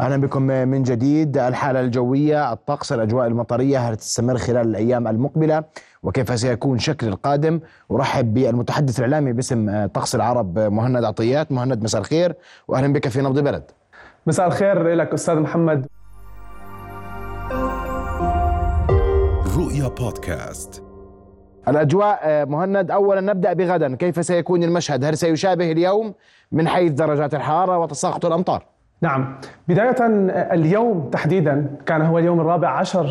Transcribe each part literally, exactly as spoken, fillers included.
أهلا بكم من جديد. الحالة الجوية، الطقس، الأجواء المطرية، هل تستمر خلال الأيام المقبلة وكيف سيكون شكل القادم؟ أرحب بالمتحدث الإعلامي باسم طقس العرب مهند عطيات. مهند، مساء الخير وأهلا بك في نبض بلد. مساء الخير لك أستاذ محمد. رؤيا بودكاست. الأجواء مهند، أولا نبدأ بغدا، كيف سيكون المشهد؟ هل سيشابه اليوم من حيث درجات الحرارة وتساقط الأمطار؟ نعم، بداية اليوم تحديدا كان هو اليوم الرابع عشر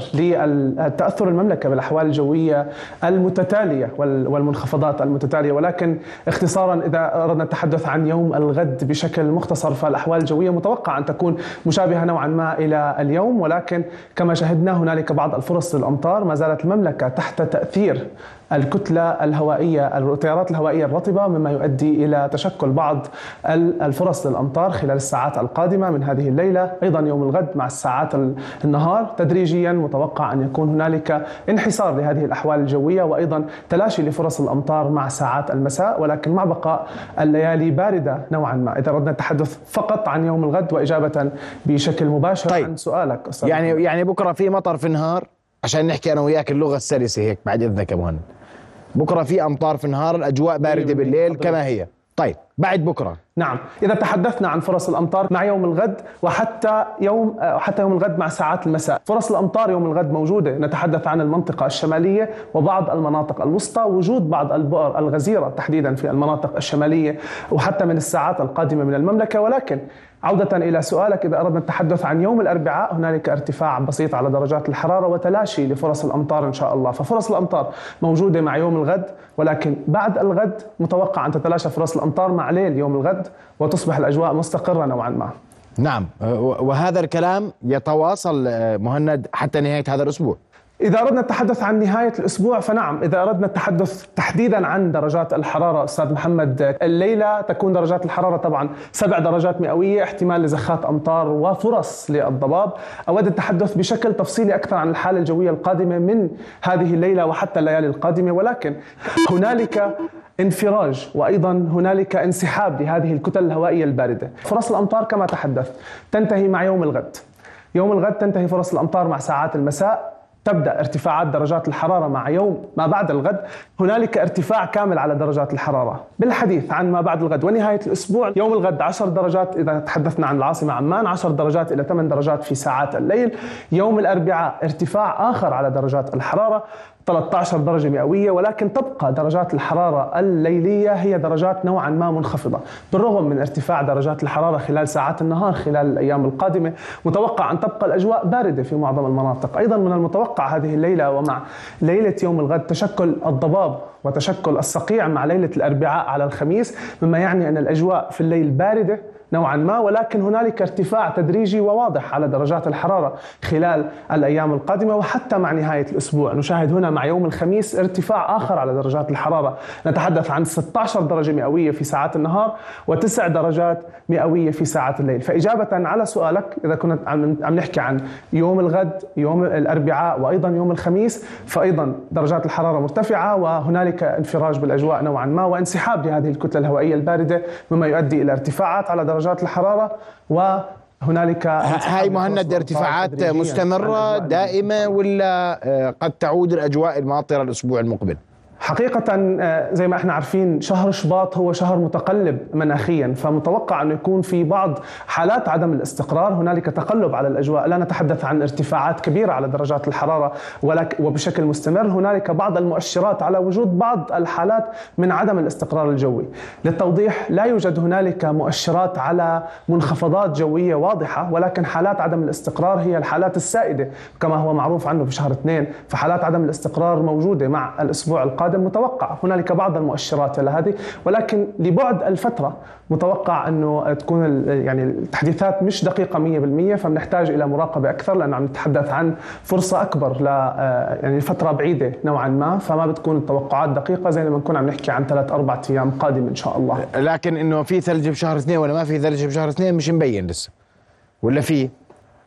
للتأثر المملكة بالأحوال الجوية المتتالية والمنخفضات المتتالية، ولكن اختصارا إذا أردنا التحدث عن يوم الغد بشكل مختصر، فالأحوال الجوية متوقع أن تكون مشابهة نوعا ما إلى اليوم، ولكن كما شاهدنا هنالك بعض الفرص للأمطار. ما زالت المملكة تحت تأثير الكتلة الهوائية، التيارات الهوائية الرطبة، مما يؤدي إلى تشكل بعض الفرص للأمطار خلال الساعات القادمة من هذه الليلة. أيضا يوم الغد مع الساعات النهار تدريجيا متوقع أن يكون هنالك انحسار لهذه الأحوال الجوية، وأيضا تلاشي لفرص الأمطار مع ساعات المساء، ولكن مع بقاء الليالي باردة نوعا ما. إذا أردنا التحدث فقط عن يوم الغد وإجابة بشكل مباشر طيب. عن سؤالك أستاذ، يعني يعني بكرة في مطر في النهار، عشان نحكي أنا وياك اللغة السلسة هيك بعد إذنك يا مهند. بكرة في أمطار في النهار، الأجواء باردة بالليل كما هي. طيب بعد بكرة، نعم، إذا تحدثنا عن فرص الأمطار مع يوم الغد وحتى يوم حتى يوم الغد مع ساعات المساء، فرص الأمطار يوم الغد موجودة. نتحدث عن المنطقة الشمالية وبعض المناطق الوسطى، وجود بعض البؤر الغزيرة تحديدا في المناطق الشمالية وحتى من الساعات القادمة من المملكة. ولكن عودة إلى سؤالك، إذا أردنا التحدث عن يوم الأربعاء، هنالك ارتفاع بسيط على درجات الحرارة وتلاشي لفرص الأمطار إن شاء الله. ففرص الأمطار موجودة مع يوم الغد، ولكن بعد الغد متوقع أن تتلاشى فرص الأمطار مع ليل يوم الغد وتصبح الأجواء مستقرة نوعا ما. نعم، وهذا الكلام يتواصل مهند حتى نهاية هذا الأسبوع. إذا أردنا التحدث عن نهاية الأسبوع فنعم، إذا أردنا التحدث تحديدا عن درجات الحرارة أستاذ محمد، الليلة تكون درجات الحرارة طبعا سبع درجات مئوية، احتمال لزخات أمطار وفرص للضباب. أود التحدث بشكل تفصيلي أكثر عن الحالة الجوية القادمة من هذه الليلة وحتى الليالي القادمة، ولكن هنالك انفراج وأيضا هنالك انسحاب لهذه الكتل الهوائية الباردة. فرص الأمطار كما تحدث تنتهي مع يوم الغد. يوم الغد تنتهي فرص الأمطار مع ساعات المساء، تبدأ ارتفاعات درجات الحرارة مع يوم ما بعد الغد. هنالك ارتفاع كامل على درجات الحرارة. بالحديث عن ما بعد الغد ونهاية الأسبوع، يوم الغد عشر درجات إذا تحدثنا عن العاصمة عمان، عشر درجات إلى ثمان درجات في ساعات الليل. يوم الأربعاء ارتفاع آخر على درجات الحرارة، ثلاثة عشر درجة مئوية، ولكن تبقى درجات الحرارة الليلية هي درجات نوعا ما منخفضة بالرغم من ارتفاع درجات الحرارة خلال ساعات النهار. خلال الأيام القادمة متوقع أن تبقى الأجواء باردة في معظم المناطق. أيضا من المتوقع هذه الليلة ومع ليلة يوم الغد تشكل الضباب وتشكل الصقيع مع ليلة الأربعاء على الخميس، مما يعني أن الأجواء في الليل باردة نوعا ما، ولكن هنالك ارتفاع تدريجي وواضح على درجات الحرارة خلال الأيام القادمة وحتى مع نهاية الأسبوع. نشاهد هنا مع يوم الخميس ارتفاع آخر على درجات الحرارة، نتحدث عن ستة عشر درجة مئوية في ساعات النهار وتسع درجات مئوية في ساعات الليل. فإجابة على سؤالك، إذا كنا عم نحكي عن يوم الغد، يوم الأربعاء وأيضا يوم الخميس، فأيضا درجات الحرارة مرتفعة وهنالك انفراج بالأجواء نوعا ما وانسحاب لهذه الكتلة الهوائية الباردة، مما يؤدي إلى ارتفاعات على درجات الحرارة. وهنالك هاي مهند ارتفاعات مستمرة دائمة ولا قد تعود الأجواء الماطرة الأسبوع المقبل؟ حقيقة زي ما احنا عارفين شهر شباط هو شهر متقلب مناخيا، فمتوقع أن يكون في بعض حالات عدم الاستقرار. هنالك تقلب على الأجواء، لا نتحدث عن ارتفاعات كبيرة على درجات الحرارة وبشكل مستمر. هنالك بعض المؤشرات على وجود بعض الحالات من عدم الاستقرار الجوي. للتوضيح، لا يوجد هنالك مؤشرات على منخفضات جوية واضحة، ولكن حالات عدم الاستقرار هي الحالات السائدة كما هو معروف عنه في شهر اثنين. فحالات عدم الاستقرار موجودة مع الأسبوع القادم، متوقع هنالك بعض المؤشرات لهذه، ولكن لبعد الفترة متوقع أنه تكون يعني التحديثات مش دقيقة مئة بالمئة، فبنحتاج إلى مراقبة أكثر، لأنه عم نتحدث عن فرصة أكبر ل يعني فترة بعيدة نوعا ما، فما بتكون التوقعات دقيقة زي ما نكون عم نحكي عن ثلاث أربع أيام قادمة إن شاء الله. لكن إنه في ثلج بشهر اثنين ولا ما في ثلج بشهر اثنين مش مبين لسه، ولا في؟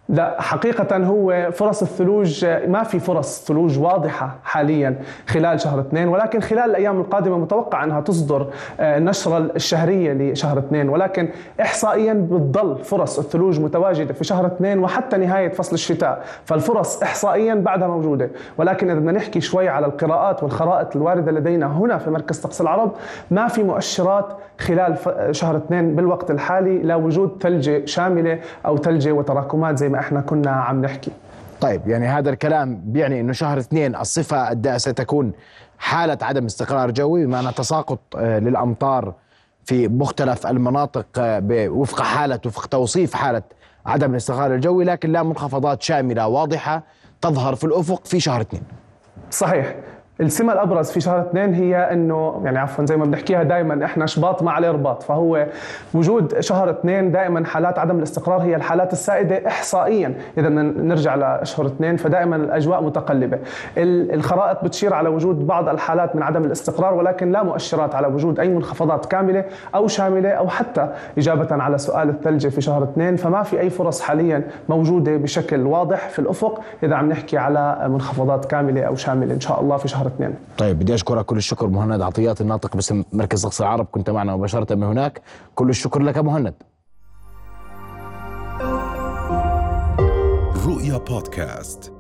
لا حقيقة هو فرص الثلوج ما في فرص ثلوج واضحة حاليا خلال شهر اثنين، ولكن خلال الأيام القادمة متوقع أنها تصدر النشرة الشهرية لشهر اثنين، ولكن إحصائيا بتضل فرص الثلوج متواجدة في شهر اثنين وحتى نهاية فصل الشتاء، فالفرص إحصائيا بعدها موجودة. ولكن إذا بدنا نحكي شوي على القراءات والخرائط الواردة لدينا هنا في مركز طقس العرب، ما في مؤشرات خلال شهر اثنين بالوقت الحالي لوجود ثلجة شاملة أو ثلجة وتراكمات زي ما احنا كنا عم نحكي. طيب يعني هذا الكلام بيعني انه شهر اثنين الصفة ستكون حالة عدم استقرار جوي، بمعنى تساقط للأمطار في مختلف المناطق وفق حالة وفق توصيف حالة عدم الاستقرار الجوي، لكن لا منخفضات شاملة واضحة تظهر في الأفق في شهر اثنين. صحيح. السمة الأبرز في شهر اثنين هي أنه يعني عفوا زي ما بنحكيها دائما إحنا شباط ما عليه رباط، فهو وجود شهر اثنين دائما حالات عدم الاستقرار هي الحالات السائدة إحصائيا. إذا نرجع لشهر اثنين فدائما الأجواء متقلبة. الخرائط بتشير على وجود بعض الحالات من عدم الاستقرار، ولكن لا مؤشرات على وجود أي منخفضات كاملة أو شاملة، أو حتى إجابة على سؤال الثلجة في شهر اثنين فما في أي فرص حاليا موجودة بشكل واضح في الأفق إذا عم نحكي على منخفضات كاملة أو شاملة إن شاء الله في شهر اثنين. طيب بدي أشكرك كل الشكر مهند عطيات الناطق باسم مركز طقس العرب، كنت معنا مباشرة من هناك. كل الشكر لك مهند. رؤيا بودكاست.